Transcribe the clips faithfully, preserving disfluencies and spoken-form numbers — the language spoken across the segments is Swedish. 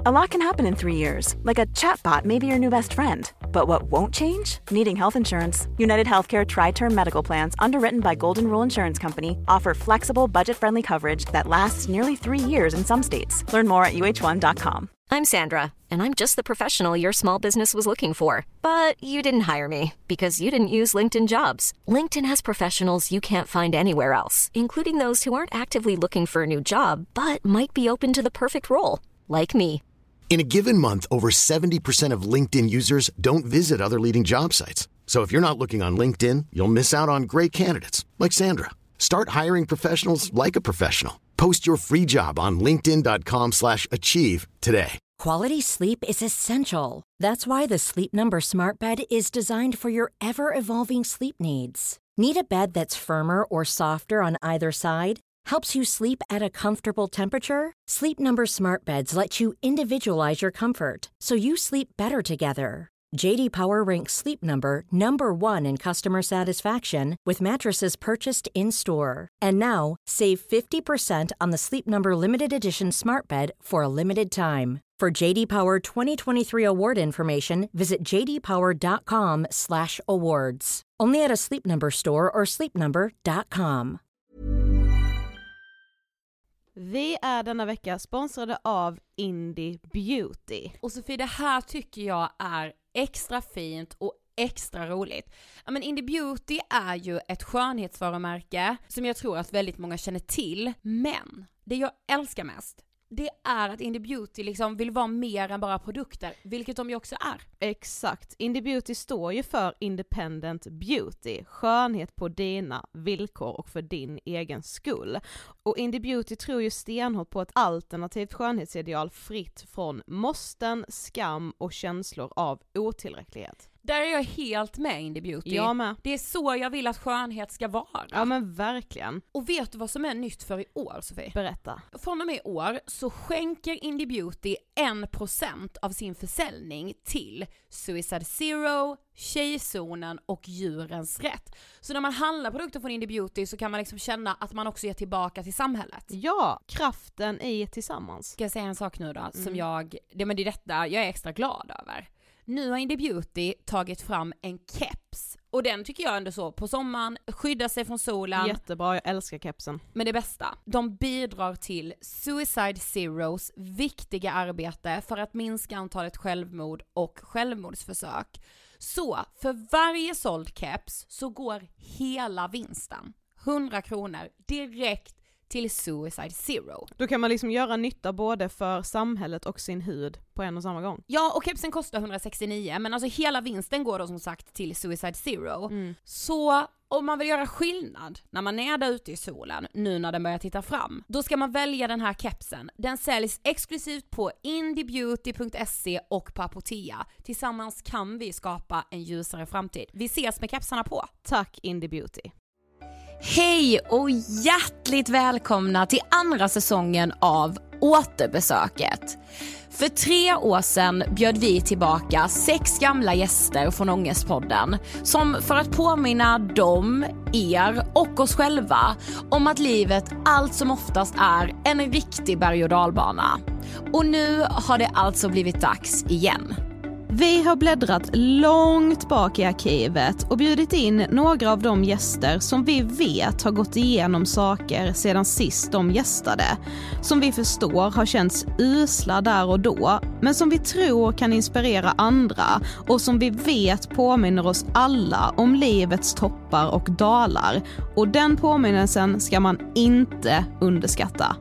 A lot can happen in three years, like a chatbot may be your new best friend. But what won't change? Needing health insurance. United Healthcare Tri-Term Medical Plans, underwritten by Golden Rule Insurance Company, offer flexible, budget-friendly coverage that lasts nearly three years in some states. Learn more at U H one dot com. I'm Sandra, and I'm just the professional your small business was looking for. But you didn't hire me, because you didn't use LinkedIn Jobs. LinkedIn has professionals you can't find anywhere else, including those who aren't actively looking for a new job, but might be open to the perfect role, like me. In a given month, over seventy percent of LinkedIn users don't visit other leading job sites. So if you're not looking on LinkedIn, you'll miss out on great candidates like Sandra. Start hiring professionals like a professional. Post your free job on linkedin dot com slash achieve today. Quality sleep is essential. That's why the Sleep Number Smart Bed is designed for your ever-evolving sleep needs. Need a bed that's firmer or softer on either side? Helps you sleep at a comfortable temperature? Sleep Number Smart Beds let you individualize your comfort, so you sleep better together. J D Power ranks Sleep Number number one in customer satisfaction with mattresses purchased in-store. And now, save fifty percent on the Sleep Number Limited Edition Smart Bed for a limited time. For J D Power twenty twenty-three award information, visit j d power dot com slash awards. Only at a Sleep Number store or sleep number dot com. Vi är denna vecka sponsrade av Indie Beauty. Och Sofie, det här tycker jag är extra fint och extra roligt. Ja, men Indie Beauty är ju ett skönhetsvarumärke som jag tror att väldigt många känner till. Men det jag älskar mest, det är att Indie Beauty liksom vill vara mer än bara produkter, vilket de ju också är. Exakt. Indie Beauty står ju för Independent Beauty, skönhet på dina villkor och för din egen skull. Och Indie Beauty tror ju stenhårt på ett alternativt skönhetsideal fritt från måsten, skam och känslor av otillräcklighet. Där är jag helt med Indie Beauty. Jag med. Det är så jag vill att skönhet ska vara. Ja men verkligen. Och vet du vad som är nytt för i år, Sofie? Berätta. Från och med i år så skänker Indie Beauty en procent av sin försäljning till Suicide Zero, Tjejzonen och Djurens Rätt. Så när man handlar produkter från Indie Beauty så kan man liksom känna att man också ger tillbaka till samhället. Ja, kraften i tillsammans. Ska jag säga en sak nu då? Mm. Som jag, det, men det är detta jag är extra glad över. Nu har Indie Beauty tagit fram en keps. Och den tycker jag ändå så, på sommaren, skydda sig från solen. Jättebra, jag älskar kepsen. Men det bästa, de bidrar till Suicide Zeros viktiga arbete för att minska antalet självmord och självmordsförsök. Så för varje såld keps så går hela vinsten, hundra kronor, direkt till Suicide Zero. Då kan man liksom göra nytta både för samhället och sin hud på en och samma gång. Ja, och kepsen kostar hundrasextionio, men alltså hela vinsten går då som sagt till Suicide Zero. Mm. Så om man vill göra skillnad när man är där ute i solen, nu när den börjar titta fram, då ska man välja den här kepsen. Den säljs exklusivt på indiebeauty punkt se och på Apotea. Tillsammans kan vi skapa en ljusare framtid. Vi ses med kepsarna på. Tack Indie Beauty. Hej och hjärtligt välkomna till andra säsongen av Återbesöket. För tre år sedan bjöd vi tillbaka sex gamla gäster från Ångestpodden som för att påminna dem, er och oss själva om att livet allt som oftast är en riktig berg- och dalbana. Och nu har det alltså blivit dags igen. Vi har bläddrat långt bak i arkivet och bjudit in några av de gäster som vi vet har gått igenom saker sedan sist de gästade. Som vi förstår har känts usla där och då, men som vi tror kan inspirera andra och som vi vet påminner oss alla om livets toppar och dalar. Och den påminnelsen ska man inte underskatta.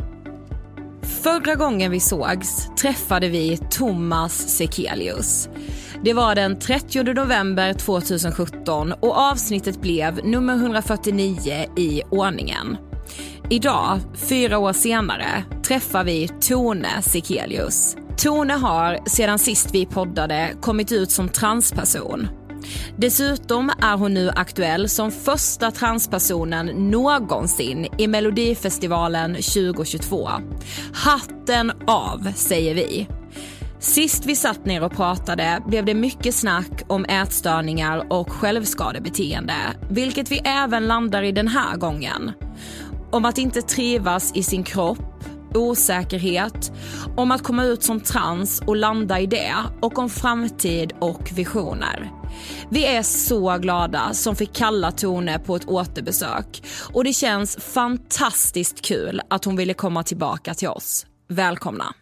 Förra gången vi sågs träffade vi Thomas Sekelius. Det var den trettionde november tjugohundrasjutton och avsnittet blev nummer hundrafyrtionio i ordningen. Idag, fyra år senare, träffar vi Tone Sekelius. Tone har sedan sist vi poddade kommit ut som transperson. Dessutom är hon nu aktuell som första transpersonen någonsin i Melodifestivalen tjugohundratjugotvå. Hatten av, säger vi. Sist vi satt ner och pratade blev det mycket snack om ätstörningar och självskadebeteende, vilket vi även landar i den här gången. Om att inte trivas i sin kropp, osäkerhet, om att komma ut som trans och landa i det och om framtid och visioner. Vi är så glada som fick kalla Tone på ett återbesök och det känns fantastiskt kul att hon ville komma tillbaka till oss. Välkomna!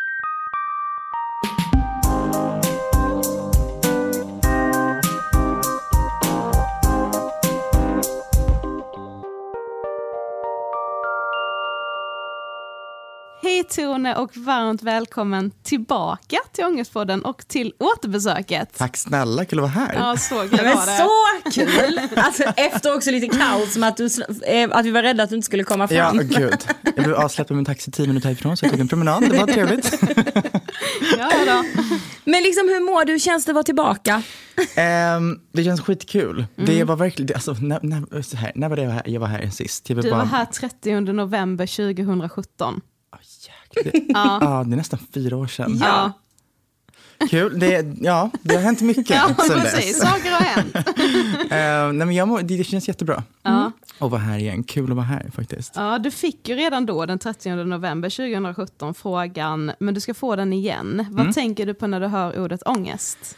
Hej Tone och varmt välkommen tillbaka till Ångestpodden och till återbesöket. Tack snälla, kul att vara här. Ja, så kul. Men så kul! Alltså, efter också lite kaos som att, du, att vi var rädda att du inte skulle komma fram. Ja, gud. Jag blev avsläppt på min taxi tio minuter härifrån så jag tog en promenad. Det var trevligt. Ja, då. Men liksom, hur mår du? Känns det att vara tillbaka? Um, det känns skitkul. Mm. Det var verkligen, alltså, när, när, så här, när var det jag var här, jag var här sist? Jag var du bara... var här trettionde november tjugosjutton. Oh, jäklar. Det, ja. Ah, det är nästan fyra år sedan. Ja. Kul, det, ja, det har hänt mycket ja, sen precis. dess. Saker har hänt. uh, nej, men jag må, det, det känns jättebra. Ja. Och vara här igen, kul att vara här faktiskt. Ja, du fick ju redan då den trettionde november tjugosjutton frågan, men du ska få den igen. Vad mm. tänker du på när du hör ordet ångest?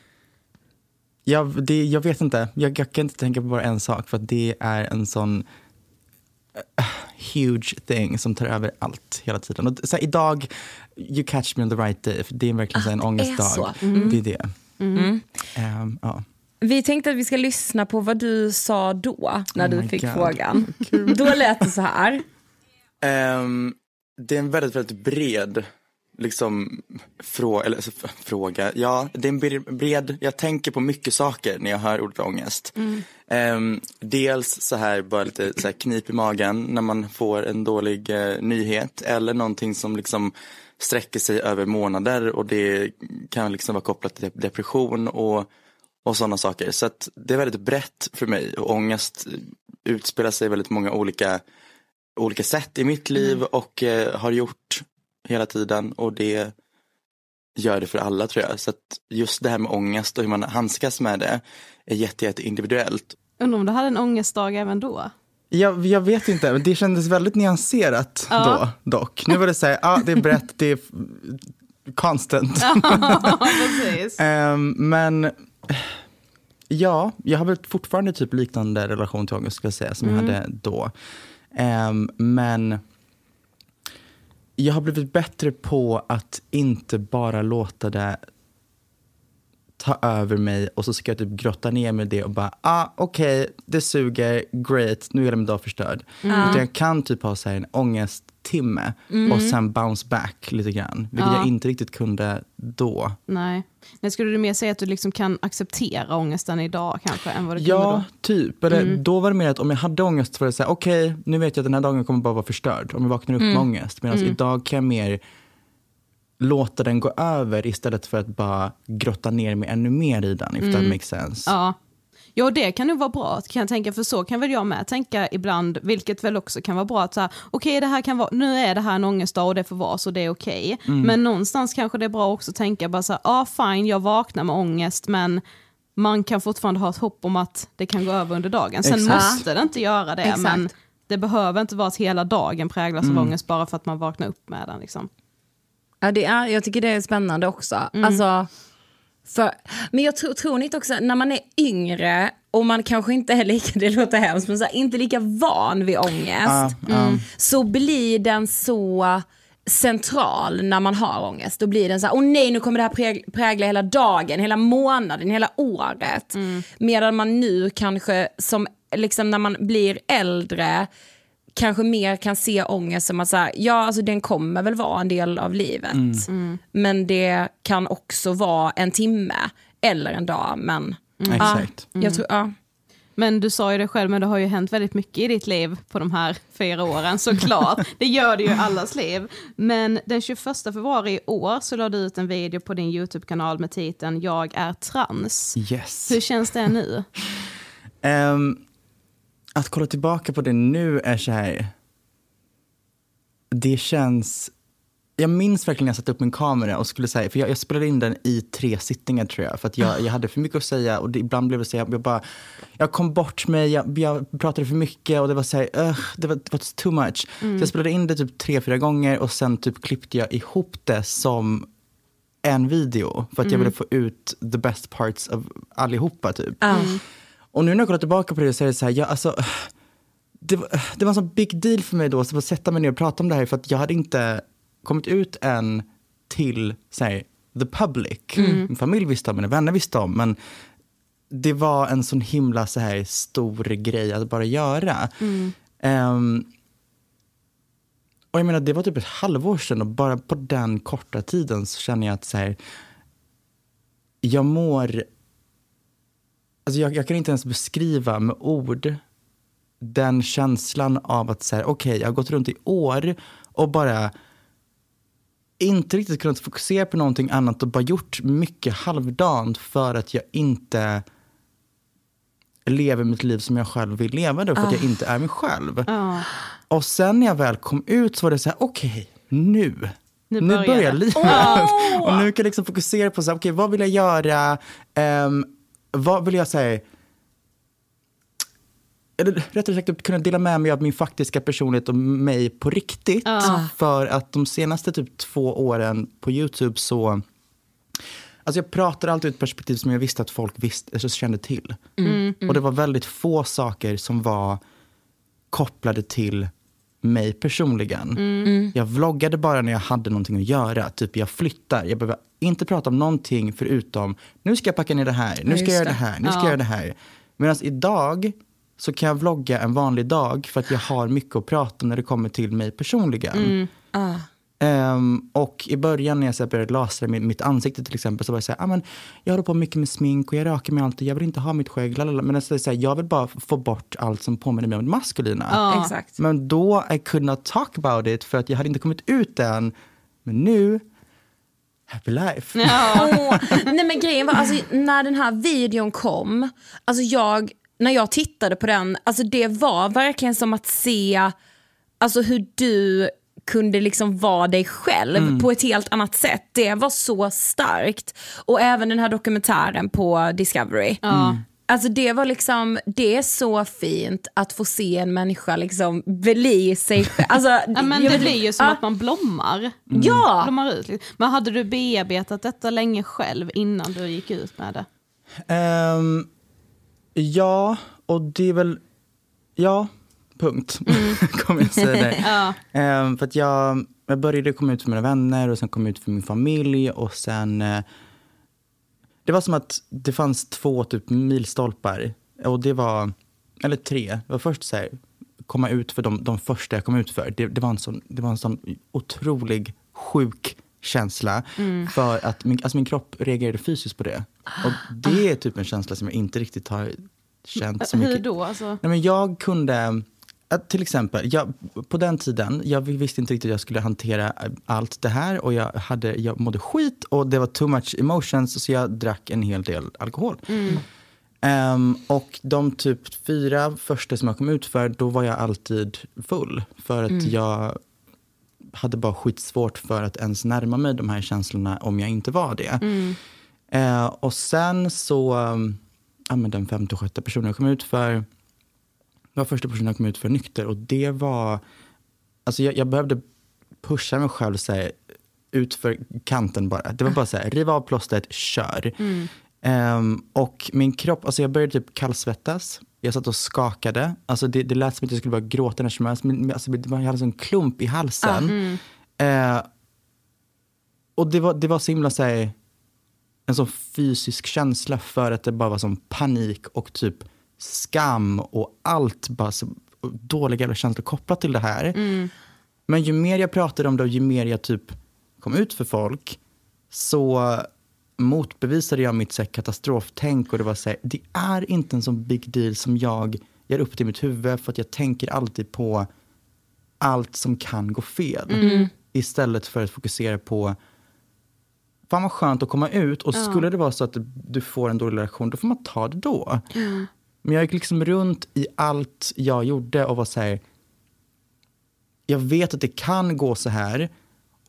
Ja, det, jag vet inte, jag, jag kan inte tänka på bara en sak för att det är en sån uh, huge thing som tar över allt hela tiden. Och så här, idag, you catch me on the right day, för det är verkligen så en ångestdag. Det är, mm. det är det. Mm. Um, ja. Vi tänkte att vi ska lyssna på vad du sa då när oh du fick God. frågan. Cool. Då lät det så här. Um, det är en väldigt, väldigt bred liksom frå- eller, alltså, fråga. Ja, det är en bred, jag tänker på mycket saker när jag hör ordet ångest. Mm. Um, dels så här, bara lite så här knip i magen när man får en dålig uh, nyhet eller någonting som liksom sträcker sig över månader och det kan liksom vara kopplat till depression och och sådana saker. Så att det är väldigt brett för mig. Och ångest utspelar sig väldigt många olika, olika sätt i mitt liv. Mm. Och eh, har gjort hela tiden. Och det gör det för alla tror jag. Så att just det här med ångest och hur man handskas med det är jätte, jätte individuellt. Undrar om du hade en ångestdag även då? Jag, jag vet inte. Men det kändes väldigt nyanserat ja. då dock. Nu var det så här, ja ah, det är brett, det är constant. Ja, precis. um, men... Ja, jag har väl fortfarande typ liknande relation till ångest ska jag säga som mm. jag hade då. Um, men jag har blivit bättre på att inte bara låta det ta över mig och så ska jag typ grotta ner med det och bara, ah okej, okay, det suger, great, nu är hela min dag förstörd. Mm. Utan jag kan typ ha så här en ångesttimme mm. och sen bounce back lite grann. Vilket ja. jag inte riktigt kunde då. Nej. Men skulle du mer säga att du liksom kan acceptera ångesten idag kanske än vad du ja, kunde då? Ja, typ. Eller, mm. Då var det mer att om jag hade ångest för att säga, okej, okay, nu vet jag att den här dagen kommer bara vara förstörd. Om jag vaknar upp mm. med ångest. Medan mm. idag kan jag mer låta den gå över istället för att bara grotta ner mig ännu mer i den, if mm. that makes sense. Ja. Ja, det kan nog vara bra, kan jag tänka, för så kan väl jag med tänka ibland, vilket väl också kan vara bra att säga, okej, okay, det här kan vara, nu är det här en ångestdag och det får vara så det är okej. Okay. Mm. Men någonstans kanske det är bra också att tänka bara så här, ja ah, fine, jag vaknar med ångest, men man kan fortfarande ha ett hopp om att det kan gå över under dagen. Sen Exakt. måste det inte göra det, Exakt. men det behöver inte vara att hela dagen präglas mm. av ångest bara för att man vaknar upp med den liksom. Ja, det är, jag tycker det är spännande också. Mm. Alltså, för, men jag tror, tror inte också, när man är yngre och man kanske inte är lika, det låter hemskt, men så här, inte lika van vid ångest, uh, uh. Mm, så blir den så central när man har ångest. Då blir den så här, åh nej, nu kommer det här prägla, prägla hela dagen, hela månaden, hela året. Mm. Medan man nu kanske, som liksom när man blir äldre, kanske mer kan se ångest som att så här, ja, alltså den kommer väl vara en del av livet. Mm. Mm. Men det kan också vara en timme eller en dag. Men mm. ja, Exakt. jag tror, ja. Men du sa ju det själv, men det har ju hänt väldigt mycket i ditt liv på de här fyra åren, såklart. Det gör det ju i allas liv. Men den tjugoförsta februari i år så lade du ut en video på din YouTube-kanal med titeln Jag är trans. Yes. Hur känns det nu? um, att kolla tillbaka på det nu är så här. Det känns jag minns verkligen när jag satte upp min kamera och skulle säga, för jag, jag spelade in den i tre sittningar tror jag, för att jag, jag hade för mycket att säga och det, ibland blev det så jag, jag bara, jag kom bort mig, jag, jag pratade för mycket och det var så här, uh, det var, det var too much. Mm. Så jag spelade in det typ tre, fyra gånger och sen typ klippte jag ihop det som en video för att mm. jag ville få ut the best parts av allihopa typ. Mm. Och nu när jag kollar tillbaka på det så är det så här, jag, alltså, det, var, det var en sån big deal för mig då så att sätta mig ner och prata om det här för att jag hade inte kommit ut än till så här, the public. Mm. Min familj visste om, mina vänner visste om, men det var en sån himla så här stor grej att bara göra. Mm. Um, och jag menar, det var typ ett halvår sedan och bara på den korta tiden så känner jag att så här, jag mår, alltså jag, jag kan inte ens beskriva med ord den känslan av att så här, okej, okay, jag har gått runt i år och bara inte riktigt kunnat fokusera på någonting annat och bara gjort mycket halvdant för att jag inte lever mitt liv som jag själv vill leva det, för att jag inte är mig själv. Uh. Och sen när jag väl kom ut så var det så här, okej, okay, nu. Nu börjar, nu börjar livet. Oh. Och nu kan jag liksom fokusera på så här, okej, okay, vad vill jag göra? Um, vad vill jag säga? Eller rättare sagt kunna dela med mig av min faktiska personlighet och mig på riktigt. Uh. För att de senaste typ två åren på YouTube så... Alltså jag pratar alltid ur ett perspektiv som jag visste att folk visste, alltså kände till. Mm. Mm. Och det var väldigt få saker som var kopplade till mig personligen. Mm. Jag vloggade bara när jag hade någonting att göra. Typ jag flyttar. Jag behöver inte prata om någonting förutom nu ska jag packa ner det här. Nu ska jag göra det här. Nu ska jag göra det här. Medan idag så kan jag vlogga en vanlig dag för att jag har mycket att prata om när det kommer till mig personligen. Mm. Uh. Um, och i början när jag så här, började lasra mitt, mitt ansikte till exempel så var jag så här, ah, men jag håller på mycket med smink och jag rakar mig alltid, jag vill inte ha mitt skägg, lalala. Men alltså, så här, jag vill bara få bort allt som påminner mig om det maskulina. Ja. Exakt. Men då I could not talk about it för att jag hade inte kommit ut än. Men nu happy life. Ja. Oh. Nej men grejen var, alltså, när den här videon kom, alltså jag, när jag tittade på den, alltså det var verkligen som att se alltså hur du kunde liksom vara dig själv mm. på ett helt annat sätt. Det var så starkt. Och även den här dokumentären på Discovery. Mm. Alltså det var liksom, det är så fint att få se en människa liksom bli sig själv. Alltså, ja, men det blir ju som ah. att man blommar. Mm. Ja! Blommar ut. Men hade du bearbetat detta länge själv innan du gick ut med det? Um, ja, och det är väl... Ja, punkt. Mm. Kommer jag säga det. Ja. Um, för att jag, jag började komma ut för mina vänner och sen kom ut för min familj och sen... Uh, det var som att det fanns två typ milstolpar och det var, eller tre, det var först så här, komma ut för de, de första jag kom ut för. Det, det, var en sån, det var en sån otrolig sjuk känsla mm. för att min, alltså min kropp reagerade fysiskt på det. Och det är typ en känsla som jag inte riktigt har känt så mycket. Hur då? Alltså? Nej, men jag kunde... Till exempel, jag, på den tiden, jag visste inte riktigt att jag skulle hantera allt det här och jag, hade, jag mådde skit och det var too much emotions så jag drack en hel del alkohol. Mm. Um, och de typ fyra första som jag kom ut för, då var jag alltid full för att mm. jag hade bara skitsvårt för att ens närma mig de här känslorna om jag inte var det. Mm. Uh, och sen så, um, ja men den femte och sjätte personen jag kom ut för, det var första personen jag kom ut för nykter och det var, alltså jag, jag behövde pusha mig själv så här, ut för kanten bara. Det var bara så här, riva av plåstret, kör. Mm. Um, och min kropp, alltså jag började typ kallsvettas. Jag satt och skakade. Alltså det, det lät som att jag skulle bara gråta när som helst. Men alltså, jag hade en sån klump i halsen. Mm. Uh, och det var, det var så himla så här, en sån fysisk känsla för att det bara var som panik och typ skam och allt bara så dåliga eller känslor kopplat till det här. Mm. Men ju mer jag pratade om det och ju mer jag typ kom ut för folk så motbevisade jag mitt så här, katastroftänk och det var så här, det är inte en sån big deal som jag gör upp till mitt huvud för att jag tänker alltid på allt som kan gå fel. Mm. Istället för att fokusera på fan vad skönt att komma ut och ja. Skulle det vara så att du får en dålig reaktion då får man ta det då. Mm. Men jag gick liksom runt i allt jag gjorde och var så här, jag vet att det kan gå så här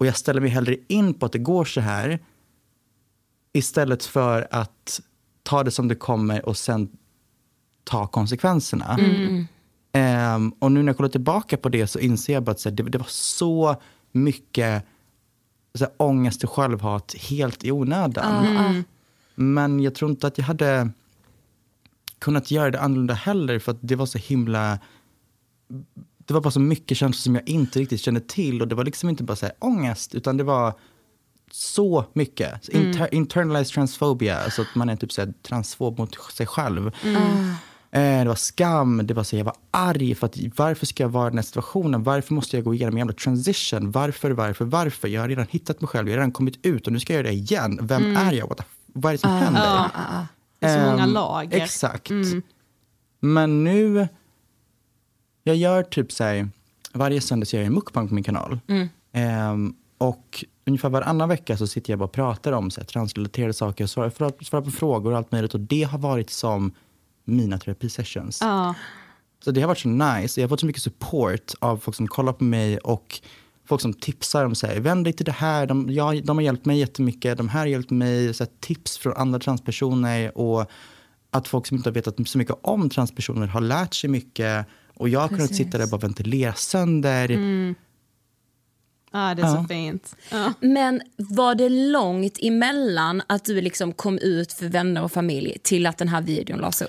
Och jag ställer mig hellre in på att det går så här istället för att ta det som det kommer och sen ta konsekvenserna. Mm. Um, och nu när jag kollar tillbaka på det så inser jag bara att så här, det, det var så mycket så här, ångest och självhat helt i onödan. Mm. Men jag tror inte att jag hade kunnat göra det annorlunda heller, för att det var så himla... Det var bara så mycket känslor som jag inte riktigt kände till, och det var liksom inte bara så här ångest, utan det var så mycket. Så inter- mm. Internalized transphobia, alltså att man är typ så här transfob mot sig själv. Mm. Eh, det var skam, det var så jag var arg för att varför ska jag vara i den här situationen? Varför måste jag gå igenom en jävla transition? Varför, varför, varför? Jag har redan hittat mig själv, jag har redan kommit ut och nu ska jag göra det igen. Vem mm. är jag? What the, vad är det som uh, händer? Uh, uh, uh. Det är så många um, lager. Exakt. Mm. Men nu, jag gör typ så här, varje söndag så gör jag en mukbang på min kanal. Mm. Um, och ungefär varannan vecka så sitter jag bara och pratar om så här, transrelaterade saker och svarar, svarar på frågor och allt möjligt. Och det har varit som mina terapisessions. Ja. Så det har varit så nice. Jag har fått så mycket support av folk som kollar på mig och folk som tipsar om sig. Vänd dig till det här. De, ja, de har hjälpt mig jättemycket. De här har hjälpt mig. Så här, tips från andra transpersoner. Och att folk som inte har vetat så mycket om transpersoner har lärt sig mycket. Och jag har Precis. kunnat sitta där och bara ventilera sönder. Mm. Ja, det är ja. så fint. Ja. Men var det långt emellan att du liksom kom ut för vänner och familj till att den här videon lades upp?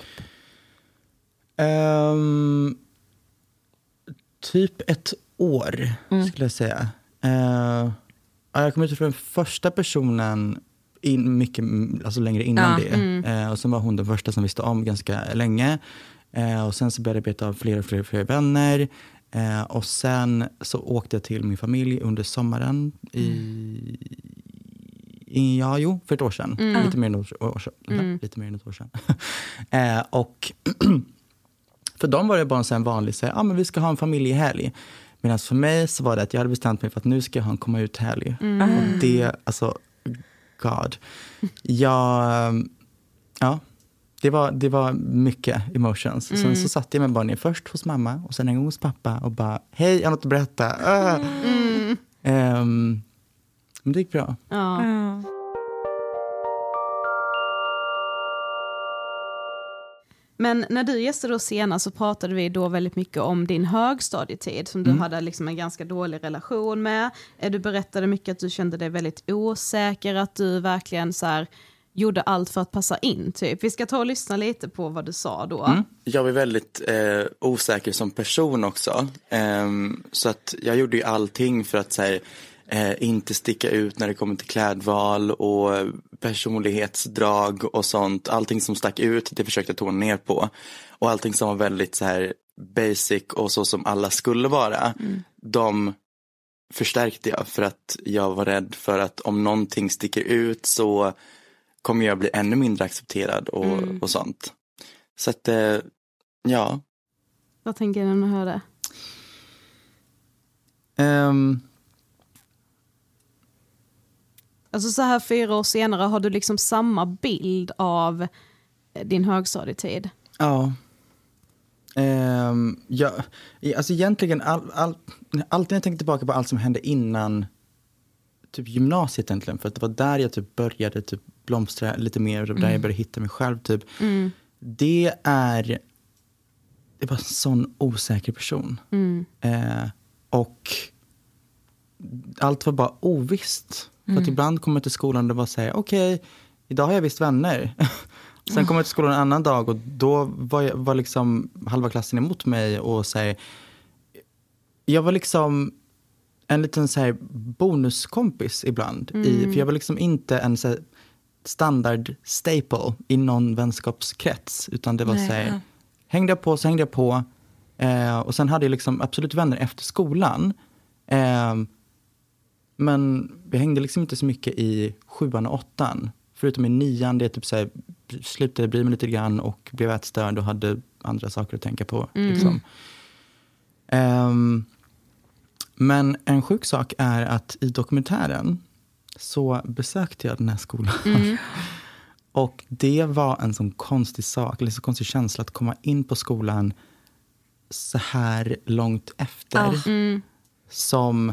Um, typ ett år, mm. skulle jag säga. Uh, jag kom ut för den första personen in, mycket alltså längre innan ja. det. Mm. Uh, och sen var hon den första som visste om ganska länge. Uh, och sen så började jag beta av fler och fler, och fler vänner. Uh, och sen så åkte jag till min familj under sommaren i, mm. i ja, jo, för ett år sedan. Mm. Lite mer än ett år sedan. Mm. Lite mer än ett år sedan. uh, och för dem var det bara en sån vanlig så ja ah, men vi ska ha en familjehelg. Medan för mig så var det att jag hade bestämt mig för att nu ska jag ha en komma ut helg. Mm. Och det, alltså, God. Jag, ja, det var, det var mycket emotions. Mm. Sen så satt jag med barnen först hos mamma och sen en gång hos pappa och bara, hej, jag har något att berätta. Uh. Mm. Um, men det gick bra. Ja. Mm. Men när du gästade då senast så pratade vi då väldigt mycket om din högstadietid som du mm. hade liksom en ganska dålig relation med. Du berättade mycket att du kände dig väldigt osäker, att du verkligen så här gjorde allt för att passa in typ. Vi ska ta och lyssna lite på vad du sa då. Mm. Jag var väldigt eh, osäker som person också. Eh, så att jag gjorde ju allting för att så här, eh, inte sticka ut när det kommer till klädval och personlighetsdrag och sånt. Allting som stack ut, det försökte jag tona ner på. Och allting som var väldigt så här basic och så som alla skulle vara, mm. de förstärkte jag för att jag var rädd för att om någonting sticker ut så kommer jag bli ännu mindre accepterad och, mm. och sånt. Så att, eh, ja. Vad tänker du när du hör det? Um, Alltså så här fyra år senare, har du liksom samma bild av din högstadietid? Ja. Um, ja. Alltså egentligen, all, all, alltid när jag tänker tillbaka på allt som hände innan typ gymnasiet egentligen. För att det var där jag typ började typ blomstra lite mer. Och där mm. jag började hitta mig själv typ. Mm. Det är... Det var en sån osäker person. Mm. Uh, och allt var bara ovisst. Mm. För att ibland kom jag till skolan och det var så här, okej, okay, idag har jag visst vänner. Sen kom jag till skolan en annan dag och då var, jag, var liksom halva klassen emot mig och säger, jag var liksom en liten så här bonuskompis ibland. Mm. I, för jag var liksom inte en så här standard staple i någon vänskapskrets. Utan det var Nej, så här, ja. hängde jag på så hängde jag på. Eh, och sen hade jag liksom absolut vänner efter skolan. Eh, Men vi hängde liksom inte så mycket i sjuan och åttan. Förutom i nian, det typ så här, slutade bry mig lite grann och blev ätstörd och hade andra saker att tänka på. Mm. Liksom. Um, men en sjuk sak är att i dokumentären så besökte jag den här skolan. Mm. Och det var en sån konstig sak, eller så konstig känsla att komma in på skolan så här långt efter. Oh. Mm. Som...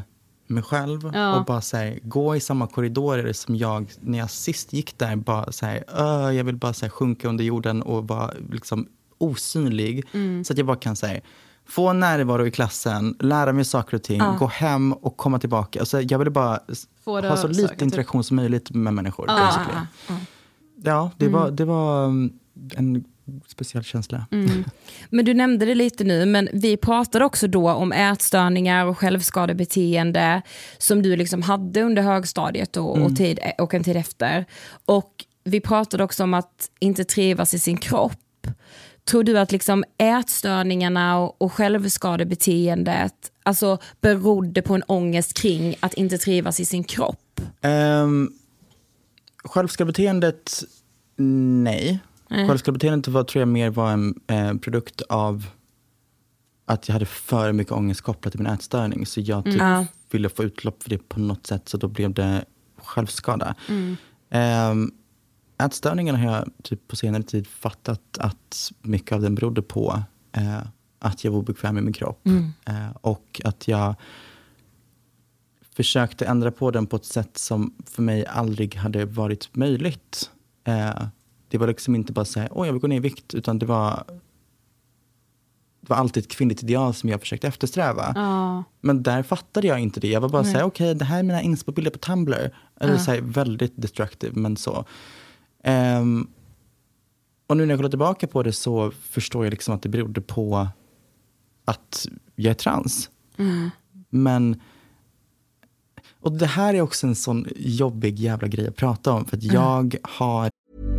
mig själv Ja. och bara så här, gå i samma korridorer som jag när jag sist gick där, bara så här, öh, jag vill bara så här, sjunka under jorden och vara liksom osynlig mm. så att jag bara kan säga få närvaro i klassen, lära mig saker och ting, ja. gå hem och komma tillbaka. Alltså, jag ville bara ha så lite interaktion typ. som möjligt med människor. Ja, ja, ja. ja det, mm. var, det var en speciell känsla. Mm. Men du nämnde det lite nu, men vi pratade också då om ätstörningar och självskadebeteende som du liksom hade under högstadiet och, mm. och, tid, och en tid efter. Och vi pratade också om att inte trivas i sin kropp. Tror du att liksom ätstörningarna och, och självskadebeteendet alltså berodde på en ångest kring att inte trivas i sin kropp? Um, självskadebeteendet, nej. Mm. Självskadebeteendet var, tror jag mer var en eh, produkt av att jag hade för mycket ångest kopplat till min ätstörning. Så jag typ mm. ville få utlopp för det på något sätt, så då blev det självskada. Mm. Um, Ätstörningen har jag typ på senare tid fattat att mycket av den berodde på eh, att jag var obekväm med min kropp. Mm. Eh, och att jag försökte ändra på den på ett sätt som för mig aldrig hade varit möjligt. Eh, det var liksom inte bara säga, åh jag vill gå ner i vikt, utan det var, det var alltid ett kvinnligt ideal som jag försökte eftersträva. Oh. Men där fattade jag inte det. Jag var bara mm. såhär, okej okay, det här är mina inspo-bilder på Tumblr. Eller oh. såhär, väldigt destructive, men så. Um, och nu när jag kollar tillbaka på det så förstår jag liksom att det berodde på att jag är trans. Mm. Men och det här är också en sån jobbig jävla grej att prata om, för att mm. jag har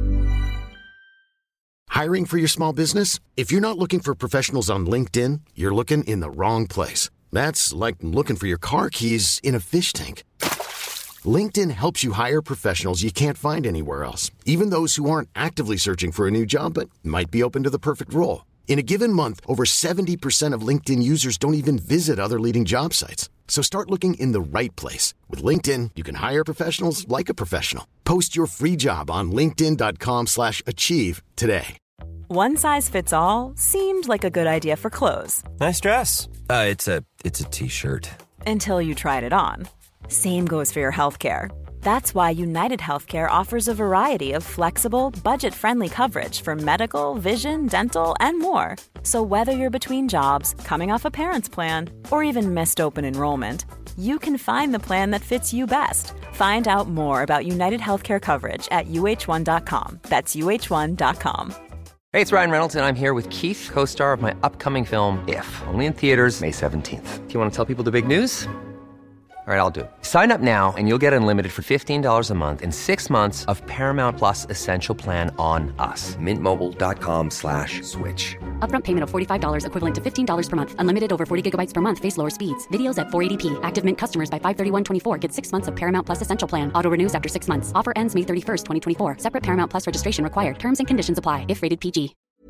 Hiring for your small business? If you're not looking for professionals on LinkedIn, you're looking in the wrong place. That's like looking for your car keys in a fish tank. LinkedIn helps you hire professionals you can't find anywhere else, even those who aren't actively searching for a new job but might be open to the perfect role. In a given month, over seventy percent of LinkedIn users don't even visit other leading job sites. So start looking in the right place. With LinkedIn, you can hire professionals like a professional. Post your free job on linkedin dot com slash achieve today. One size fits all seemed like a good idea for clothes. Nice dress. Uh, it's a it's a t-shirt. Until you tried it on. Same goes for your healthcare. That's why United Healthcare offers a variety of flexible, budget-friendly coverage for medical, vision, dental, and more. So whether you're between jobs, coming off a parent's plan, or even missed open enrollment, you can find the plan that fits you best. Find out more about United Healthcare coverage at U H one dot com. That's U H one dot com. Hey, it's Ryan Reynolds, and I'm here with Keith, co-star of my upcoming film, If, only in theaters May seventeenth. Do you want to tell people the big news? All right, I'll do it. Sign up now and you'll get unlimited for fifteen dollars a month and six months of Paramount Plus Essential Plan on us. Mint Mobile dot com slash switch. Upfront payment of forty-five dollars equivalent to fifteen dollars per month. Unlimited over forty gigabytes per month. Face lower speeds. Videos at four eighty p. Active Mint customers by five thirty-one twenty-four get six months of Paramount Plus Essential Plan. Auto renews after six months. Offer ends May thirty-first, twenty twenty-four. Separate Paramount Plus registration required. Terms and conditions apply if rated P G.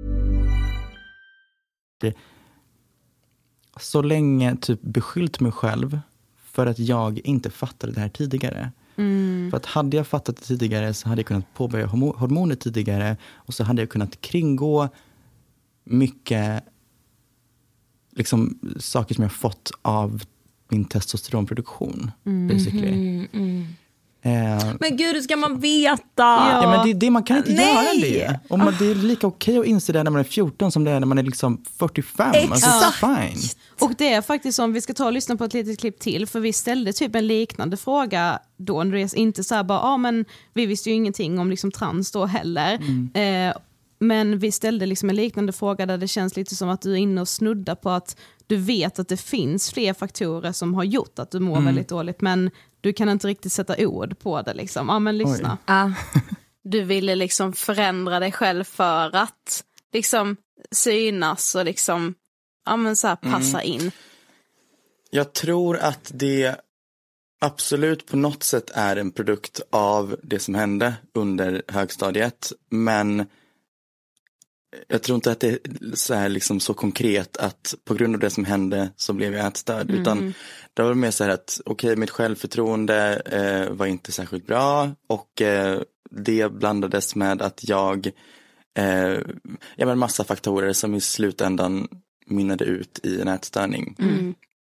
Det, så länge typ beskyllt mig själv för att jag inte fattade det här tidigare. Mm. För att hade jag fattat det tidigare så hade jag kunnat påbörja hormoner tidigare. Och så hade jag kunnat kringgå mycket liksom, saker som jag fått av min testosteronproduktion. Mm. Basically. Mm, mm. Eh, men gud, hur ska man veta? Ja, ja men det, det, man kan inte Nej. göra det. Och man, det är lika okej att inse det när man är fjorton som det är när man är liksom fyrtiofem. Exakt. Alltså, fine. Och det är faktiskt som vi ska ta och lyssna på ett litet klipp till, för vi ställde typ en liknande fråga då, när det är inte så här bara, ja men vi visste ju ingenting om liksom trans då heller. Mm. Eh, men vi ställde liksom en liknande fråga där det känns lite som att du är inne och snuddar på att du vet att det finns fler faktorer som har gjort att du mår mm. väldigt dåligt, men du kan inte riktigt sätta ord på det liksom. Ja, men lyssna. Ja. Du ville liksom förändra dig själv för att liksom synas och liksom ja, men så här passa mm. in. Jag tror att det absolut på något sätt är en produkt av det som hände under högstadiet, men jag tror inte att det är så här liksom så konkret att på grund av det som hände så blev jag ätstörd. Mm. Utan det var mer så här att okej, okay, mitt självförtroende eh, var inte särskilt bra. Och eh, det blandades med att jag eh, ja, men massa faktorer som i slutändan mynnade ut i en ätstörning. Mm.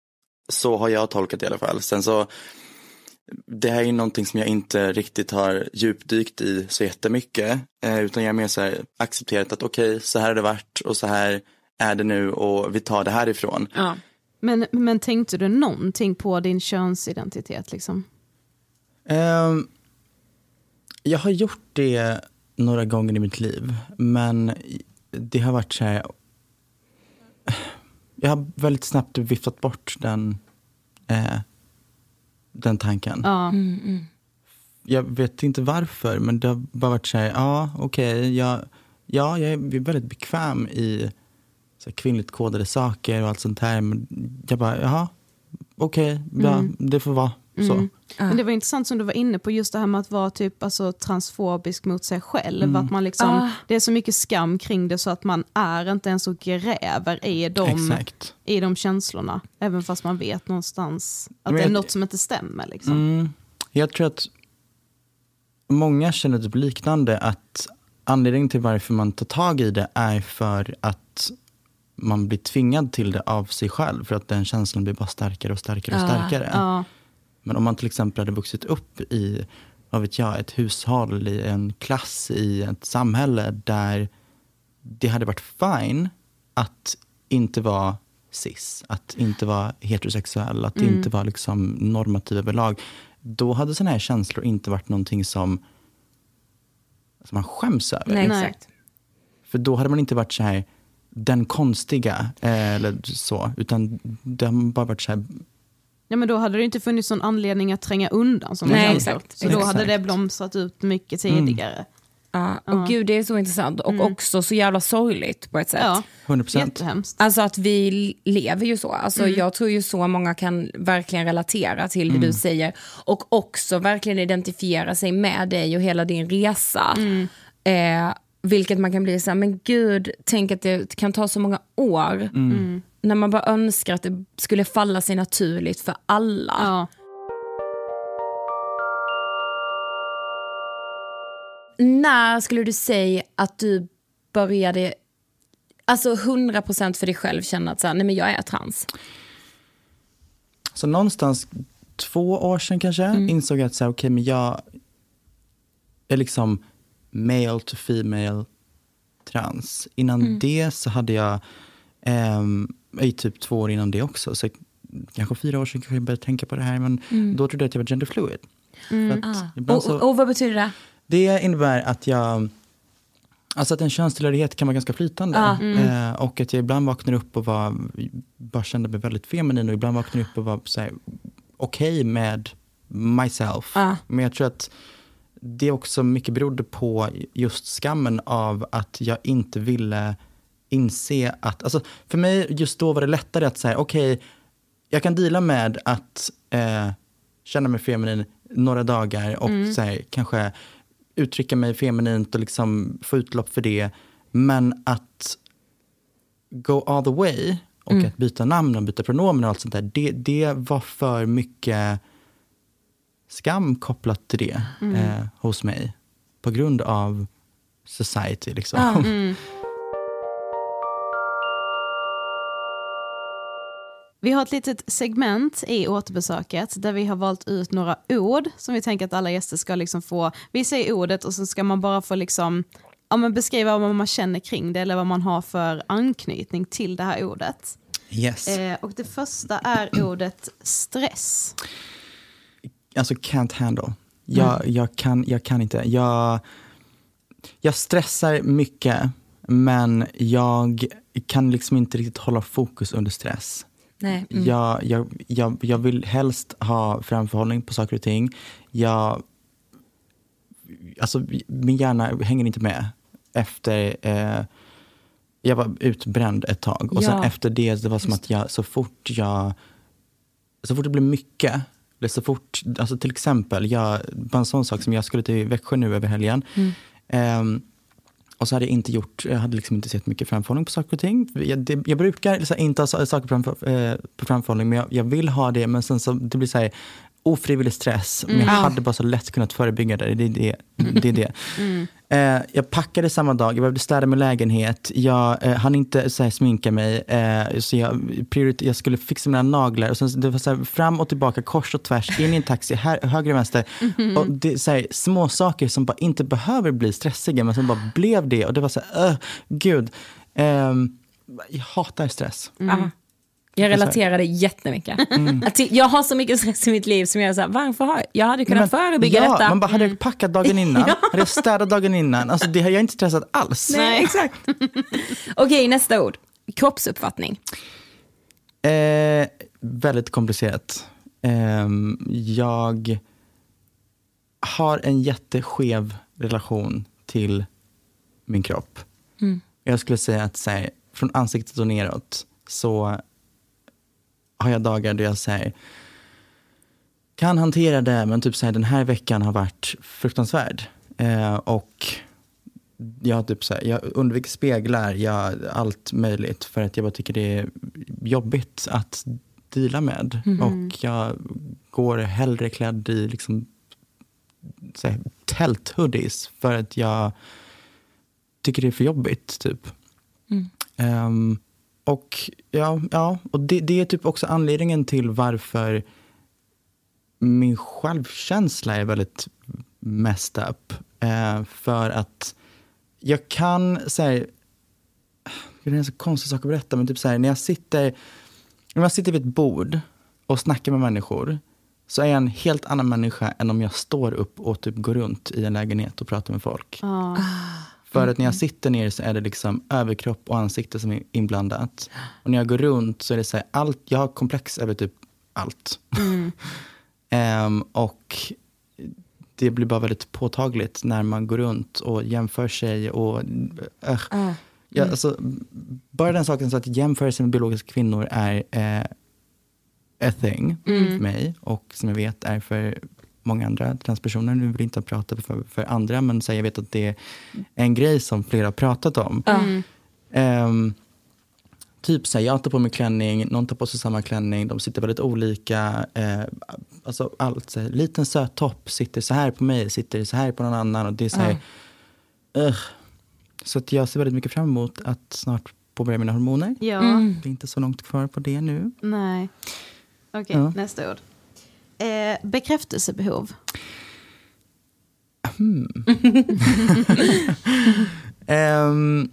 Så har jag tolkat det i alla fall. Sen så, det här är någonting som jag inte riktigt har djupdykt i så jättemycket. Eh, utan jag är mer så här accepterat att okej, okay, så här har det varit och så här är det nu och vi tar det härifrån. Ja. Men, men tänkte du någonting på din könsidentitet liksom? Eh, jag har gjort det några gånger i mitt liv. Men det har varit så här... Jag har väldigt snabbt viftat bort den, eh, den tanken. Ja. Mm, mm. Jag vet inte varför, men det har bara varit så här, ja okej, okay, jag, ja, jag är väldigt bekväm i så här, kvinnligt kodade saker och allt sånt här. Men jag bara, jaha, okej, okay, ja, mm. det får vara så. Mm. Men det var intressant som du var inne på, just det här med att vara typ alltså, transfobisk mot sig själv. Mm. Att man liksom, ah. Det är så mycket skam kring det så att man är inte ens så gräver i de, i de känslorna. Även fast man vet någonstans att Men det är jag, något som inte stämmer. Liksom. Mm, jag tror att många känner typ liknande, att anledningen till varför man tar tag i det är för att man blir tvingad till det av sig själv. För att den känslan blir bara starkare och starkare och starkare. Ah. Ah. Men om man till exempel hade vuxit upp i, vad vet jag, ett hushåll, i en klass, i ett samhälle där det hade varit fine att inte vara cis, att inte vara heterosexuell, att mm. inte vara liksom normativ överlag, då hade såna här känslor inte varit någonting som, som man skäms över. Nej, exakt. För då hade man inte varit så här den konstiga eller så, utan det har bara varit så här. Ja, men då hade det inte funnits någon anledning att tränga undan som Nej, man exakt. Så då exakt. hade det blomstrat ut mycket tidigare. Mm. Ja, och uh. gud, det är så intressant. Och mm. också så jävla sorgligt på ett sätt. Ja, hundra procent. Jättehemskt. Alltså att vi lever ju så. Alltså mm. jag tror ju så många kan verkligen relatera till det mm. du säger. Och också verkligen identifiera sig med dig och hela din resa. Mm. Eh, vilket man kan bli så här, men gud, tänk att det kan ta så många år. Mm. Mm. När man bara önskar att det skulle falla sig naturligt för alla. Ja. När skulle du säga att du började, alltså hundra procent för dig själv känna att så här, nej men jag är trans? Så någonstans två år sedan kanske mm. insåg jag att så här, okej, men jag är liksom male to female trans. Innan mm. det så hade jag um, i typ två år innan det också. Så kanske fyra år sedan kanske jag började tänka på det här. Men mm. då trodde jag att jag var genderfluid. Mm. Ah. Och, så, och vad betyder det? Det innebär att jag, alltså att en könstillhörighet kan vara ganska flytande. Ah. Mm. Eh, och att jag ibland vaknar upp och var, bara kände mig väldigt feminin. Och ibland vaknar upp och var så här, okej okay med myself. Ah. Men jag tror att det också mycket berodde på just skammen av att jag inte ville inse att, alltså för mig just då var det lättare att säga okej, okay, jag kan deala med att eh, känna mig feminin några dagar och mm. så här, kanske uttrycka mig feminint och liksom få utlopp för det, men att go all the way och mm. att byta namn och byta pronomen och allt sånt där, det, det var för mycket skam kopplat till det mm. eh, hos mig på grund av society liksom. Ja, mm. Vi har ett litet segment i återbesöket där vi har valt ut några ord som vi tänker att alla gäster ska liksom få. Vi säger ordet och så ska man bara få liksom, ja, men beskriva vad man känner kring det eller vad man har för anknytning till det här ordet. Yes. Eh, och det första är ordet stress. Alltså can't handle. Jag, mm. jag, kan, jag kan inte. Jag, jag stressar mycket, men jag kan liksom inte riktigt hålla fokus under stress. Nej. Mm. Jag, jag, jag, jag vill helst ha framförhållning på saker och ting. Jag, alltså, min hjärna hänger inte med. Efter, eh, jag var utbränd ett tag. Och ja. sen efter det, det var som att jag, så fort jag, så fort det blev mycket, eller så fort, alltså till exempel, jag, bara en sån sak som jag skulle till Växjö nu över helgen. Mm. Eh, Och så hade jag inte gjort, jag hade liksom inte sett mycket framförhållning på saker och ting. Jag, det, jag brukar så här, inte ha saker framför, eh, på framförhållning, men jag, jag vill ha det. Men sen så det blir så här, ofrivillig stress, men jag Mm. hade bara så lätt kunnat förebygga det. Det är det. det, är det. Mm. Eh, jag packade samma dag, jag behövde städa min lägenhet. Jag eh, hann inte så här, sminka mig, eh, så jag, prioriter- jag skulle fixa mina naglar. Och sen, det var så här, fram och tillbaka, kors och tvärs, in i en taxi, här, höger och vänster. Mhm. Och det är så här, små saker som bara inte behöver bli stressiga, men som bara blev det. Och det var så här, uh, gud. Eh, jag hatar stress. Mm. Jag relaterade jättemycket. Mm. Att jag har så mycket stress i mitt liv som jag är så här, varför har jag? Jag hade kunnat Men, förebygga ja, detta. man bara, hade jag packat dagen innan, Ja. hade jag städat dagen innan. Alltså det har jag inte stressat alls. Nej, exakt. Okej, nästa ord. Kroppsuppfattning. Eh, väldigt komplicerat. Eh, jag har en jätteskev relation till min kropp. Mm. Jag skulle säga att så här, från ansiktet och neråt så har jag dagar då jag säger kan hantera det, men typ så här, den här veckan har varit fruktansvärd. Eh, och jag, typ så här, jag undviker speglar, jag, allt möjligt, för att jag bara tycker det är jobbigt att deala med. Mm. Och jag går hellre klädd i liksom, så här, tälthoodies för att jag tycker det är för jobbigt typ. Mm. Um, och ja, ja och det, det är typ också anledningen till varför min självkänsla är väldigt messed up. Uh, för att jag kan säga, det är en så konstig sak att berätta, men typ så här, när jag sitter när jag sitter vid ett bord och snackar med människor, så är jag en helt annan människa än om jag står upp och typ går runt i en lägenhet och pratar med folk. Ja. För att när jag sitter ner så är det liksom överkropp och ansikte som är inblandat. Och när jag går runt så är det så här, allt, jag har komplex över typ allt. Mm. um, och det blir bara väldigt påtagligt när man går runt och jämför sig. Och, uh, Ah. ja, alltså, bara den saken så att jämföra sig med biologiska kvinnor är uh, a thing Mm. för mig. Och som jag vet är för många andra transpersoner. Nu vill jag inte prata för, för andra, men så jag vet att det är en grej som flera har pratat om. Mm. Um, typ så här, jag tar på mig klänning, någon tar på sig samma klänning, de sitter väldigt olika. Uh, alltså allt, så här, liten söt topp sitter så här på mig, sitter så här på någon annan. Och det är så här, uh. Så att jag ser väldigt mycket fram emot att snart påbörja mina hormoner. Ja. Mm. Det är inte så långt kvar på det nu. Nej. Okej, Ja. nästa ord. Eh, bekräftelsebehov. Hmm. um,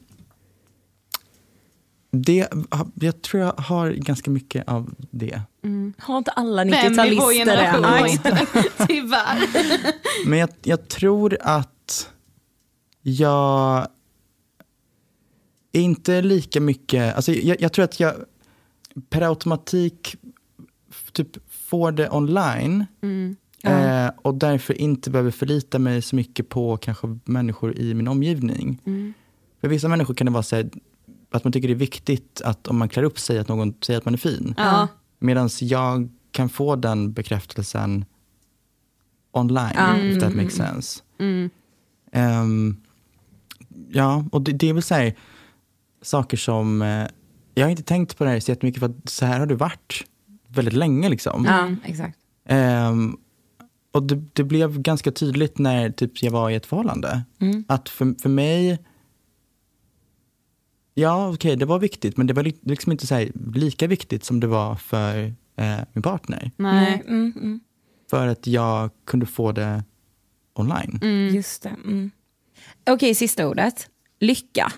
det, jag tror jag har ganska mycket av det. Mm. Har inte alla Fem i vår nittio-talister det? generation. Tyvärr. Men jag, jag tror att jag inte lika mycket, alltså jag, jag tror att jag per automatik f- typ får det online. Mm. Eh, och därför inte behöver förlita mig så mycket på kanske människor i min omgivning. Mm. För vissa människor kan det vara så här, att man tycker det är viktigt att om man klär upp sig att någon säger att man är fin. Ja. Medan jag kan få den bekräftelsen online, Mm. if that makes sense. Mm. Um, ja, och det, det är väl så här, saker som, eh, jag har inte tänkt på det här så jättemycket, för att så här har det varit väldigt länge liksom. Ja, exakt. Um, och det, det blev ganska tydligt när typ jag var i ett förhållande. Mm. Att för, för mig, ja okej okay, det var viktigt, men det var li- liksom inte så här, lika viktigt som det var för eh, min partner. Nej. Mm, mm. För att jag kunde få det online. Mm. Just det. Mm. Okej, sista ordet. Lycka.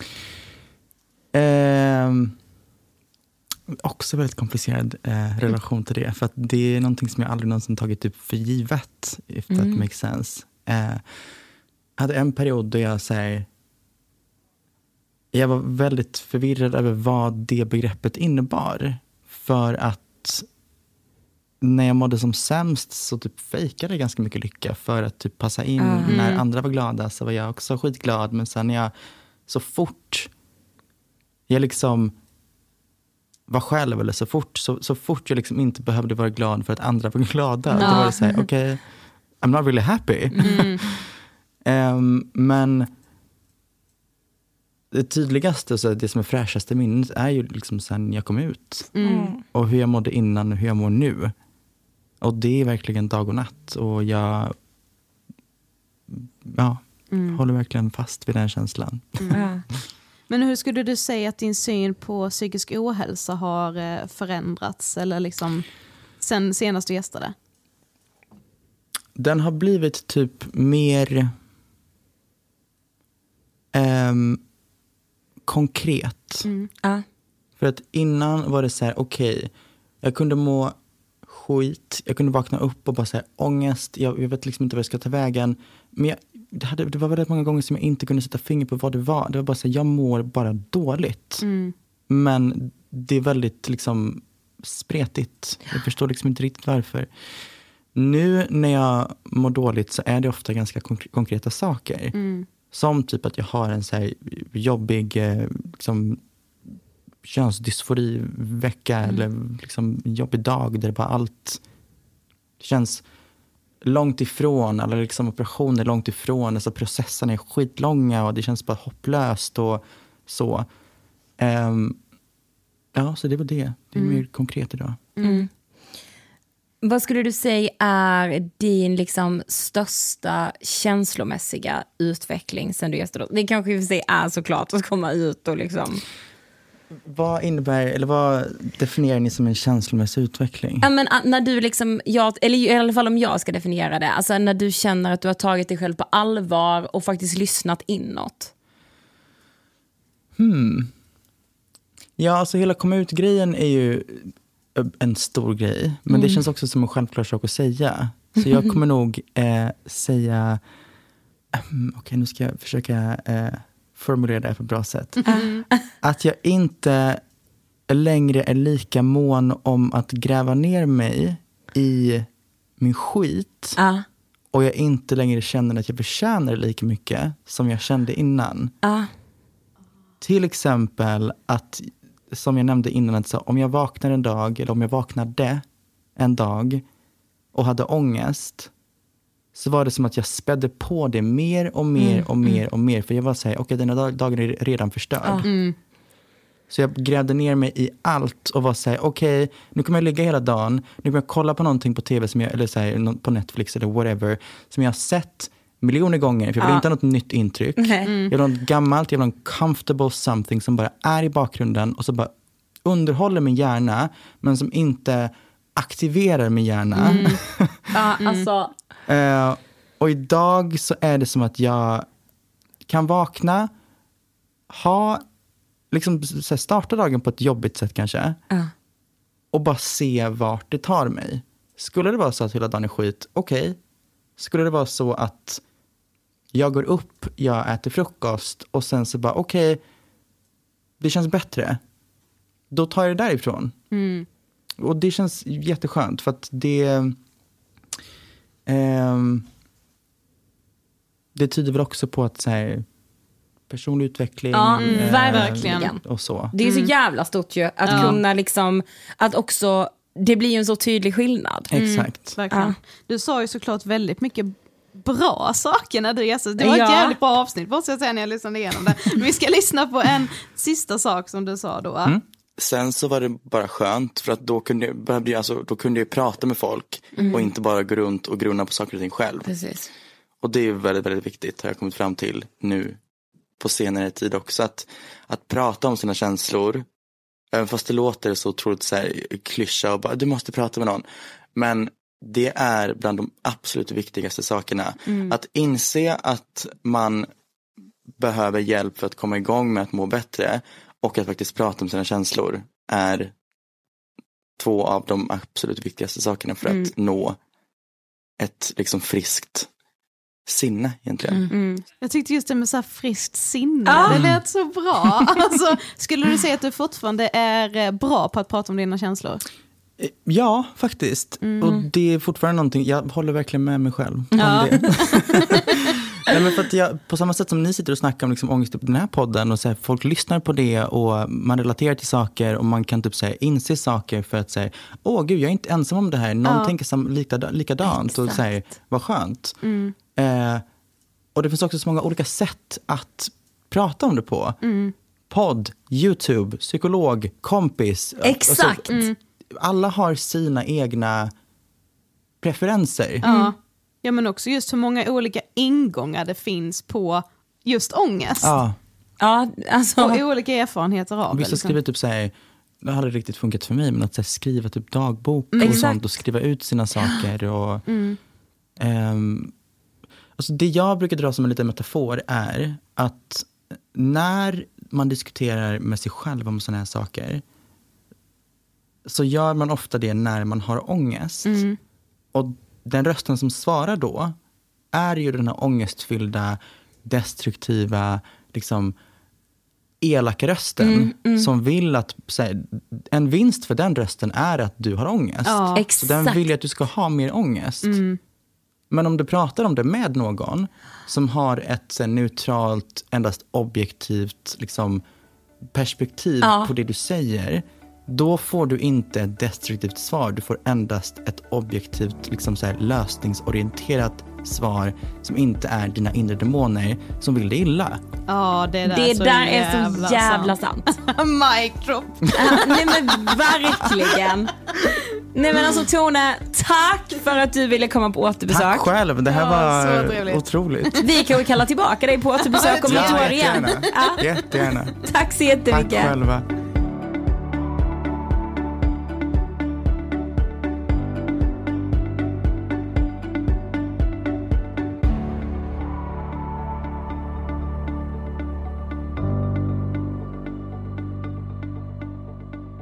Ehm, också väldigt komplicerad eh, relation till det. För att det är någonting som jag aldrig någonsin tagit upp för givet. If that Mm. makes sense. Eh, jag hade en period då jag säger, jag var väldigt förvirrad över vad det begreppet innebar. För att när jag mådde som sämst så typ fejkade jag ganska mycket lycka för att typ passa in. Mm. När andra var glada så var jag också skitglad. Men sen när jag så fort jag liksom var själv, eller så fort, så, så fort jag liksom inte behövde vara glad för att andra var glada, Ja. då var det så här, okej, okay, I'm not really happy. Mm. um, men det tydligaste, så det som är fräschaste minnet är ju liksom sen jag kom ut. Mm. Och hur jag mådde innan och hur jag mår nu. Och det är verkligen dag och natt. Och jag ja, mm. håller verkligen fast vid den känslan. Mm. Men hur skulle du säga att din syn på psykisk ohälsa har förändrats? Eller liksom sen senast du gästade? Den har blivit typ mer um, konkret. Mm. Uh. För att innan var det så här, okej, okay, jag kunde må skit, jag kunde vakna upp och bara säga ångest, jag, jag vet liksom inte vad jag ska ta vägen. Men jag, det, hade, det var väldigt många gånger som jag inte kunde sätta finger på vad det var. Det var bara så här, jag mår bara dåligt. Mm. Men det är väldigt liksom spretigt. Jag förstår liksom inte riktigt varför. Nu när jag mår dåligt så är det ofta ganska konk- konkreta saker. Mm. Som typ att jag har en så här jobbig liksom, könsdysfori-vecka mm. eller liksom jobbig dag där bara allt känns långt ifrån, eller liksom operationer långt ifrån, alltså processerna är skitlånga och det känns bara hopplöst och så. Um, ja, så det var det. Det är mm. mer konkret idag. Mm. Vad skulle du säga är din liksom största känslomässiga utveckling sen du gästade? Det kanske i och för sig är såklart att komma ut och liksom... Vad innebär, eller vad definierar ni som en känslomässig utveckling? Ja, men när du liksom, jag, eller i alla fall om jag ska definiera det, alltså när du känner att du har tagit dig själv på allvar och faktiskt lyssnat inåt. Hmm. Ja, alltså hela komma ut-grejen är ju en stor grej. Men mm. det känns också som en självklar sak att säga. Så jag kommer nog eh, säga, um, okej okay, nu ska jag försöka... Eh, formulera det på ett bra sätt. Mm. Att jag inte längre är lika mån om att gräva ner mig i min skit. Uh. Och jag inte längre känner att jag förtjänar lika mycket som jag kände innan. Uh. Till exempel att, som jag nämnde innan, att så, om jag vaknar en dag, eller om jag vaknade en dag och hade ångest, så var det som att jag spädde på det mer och mer mm, och mer mm. och mer. För jag var så här, okej, okay, den här dagen är redan förstörd. Mm. Så jag grävde ner mig i allt och var så här, okej, okay, nu kommer jag ligga hela dagen. Nu kommer jag kolla på någonting på tv, som jag, eller så här, på Netflix eller whatever, som jag har sett miljoner gånger. För jag vill ja. inte ha något nytt intryck. Mm. Jag vill ha något gammalt, jag vill ha en comfortable something som bara är i bakgrunden och så bara underhåller min hjärna, men som inte aktiverar min hjärna. Mm. Ja, alltså... Uh, och idag så är det som att jag kan vakna, ha liksom så här, starta dagen på ett jobbigt sätt kanske, uh. och bara se vart det tar mig. Skulle det vara så att hela dagen är skit, okej. Okay. Skulle det vara så att jag går upp, jag äter frukost och sen så bara okej, okay, det känns bättre, då tar jag det därifrån. Mm. Och det känns jätteskönt, för att det Um, det tyder väl också på att så här, personlig utveckling ja, mm, verkligen. Och så. Det är så jävla stort ju att ja. kunna liksom, att också det blir ju en så tydlig skillnad. Mm, exakt. Verkligen. Ja. Du sa ju såklart väldigt mycket bra saker när du gästade. Det var ett ja. jävligt bra avsnitt, måste jag säga, när jag lyssnade igenom det. Vi ska lyssna på en sista sak som du sa då. Mm. Sen så var det bara skönt, för att då kunde jag, behövde jag, alltså, då kunde jag prata med folk mm. och inte bara gå runt och grunna på saker och ting själv. Precis. Och det är väldigt, väldigt viktigt, har jag kommit fram till nu på senare tid också. Att, att prata om sina känslor, även fast det låter så otroligt så här, klyscha och bara, du måste prata med någon. Men det är bland de absolut viktigaste sakerna. Mm. Att inse att man behöver hjälp för att komma igång med att må bättre. Och att faktiskt prata om sina känslor är två av de absolut viktigaste sakerna för mm. att nå ett liksom friskt sinne egentligen. Mm. Mm. Jag tyckte just det med så här friskt sinne, ah. det lät så bra. Alltså, skulle du säga att du fortfarande är bra på att prata om dina känslor? Ja, faktiskt. Mm. Och det är fortfarande någonting, jag håller verkligen med mig själv ja. om det. Nej, men för att jag, på samma sätt som ni sitter och snackar om liksom ångest på den här podden och så här, folk lyssnar på det och man relaterar till saker och man kan typ så här, inse saker för att säga, åh gud, jag är inte ensam om det här, någon ja. tänker sam, lika, likadant. Exakt. Och säger, vad skönt. Mm. Eh, och det finns också så många olika sätt att prata om det på. Mm. Podd, YouTube, psykolog, kompis. Exakt. Alltså, mm. alla har sina egna preferenser. Ja. Ja, men också just hur många olika ingångar det finns på just ångest. Ja. Ja, alltså. Och olika erfarenheter av det. Vissa Liksom. skriver typ så här, det hade riktigt funkat för mig, men att så här, skriva typ dagbok Mm. och Exakt. sånt och skriva ut sina saker. Och, Mm. ehm, alltså det jag brukar dra som en liten metafor är att när man diskuterar med sig själv om såna här saker så gör man ofta det när man har ångest. Mm. Och den rösten som svarar då är ju den här ångestfyllda, destruktiva, liksom elaka rösten Mm, mm. som vill att, så här, en vinst för den rösten är att du har ångest. Ja. Så Exakt. den vill ju att du ska ha mer ångest. Mm. Men om du pratar om det med någon som har ett så här, neutralt, endast objektivt liksom, perspektiv Ja. på det du säger, då får du inte ett destruktivt svar. Du får endast ett objektivt, liksom så här, lösningsorienterat svar som inte är dina inre demoner som vill dig illa. Ja, det där, Det är så där är jävla så jävla sant. Mic drop. Ja, nej men verkligen. Nej men alltså Tone, tack för att du ville komma på återbesök. Tack själv, det här Ja, så var trevligt. otroligt. Vi kan ju kalla tillbaka dig på återbesök om ett år igen. jättegärna. Ja. Jättegärna. Tack så Tack jättemycket. själva.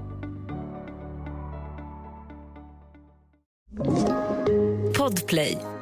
Podplay.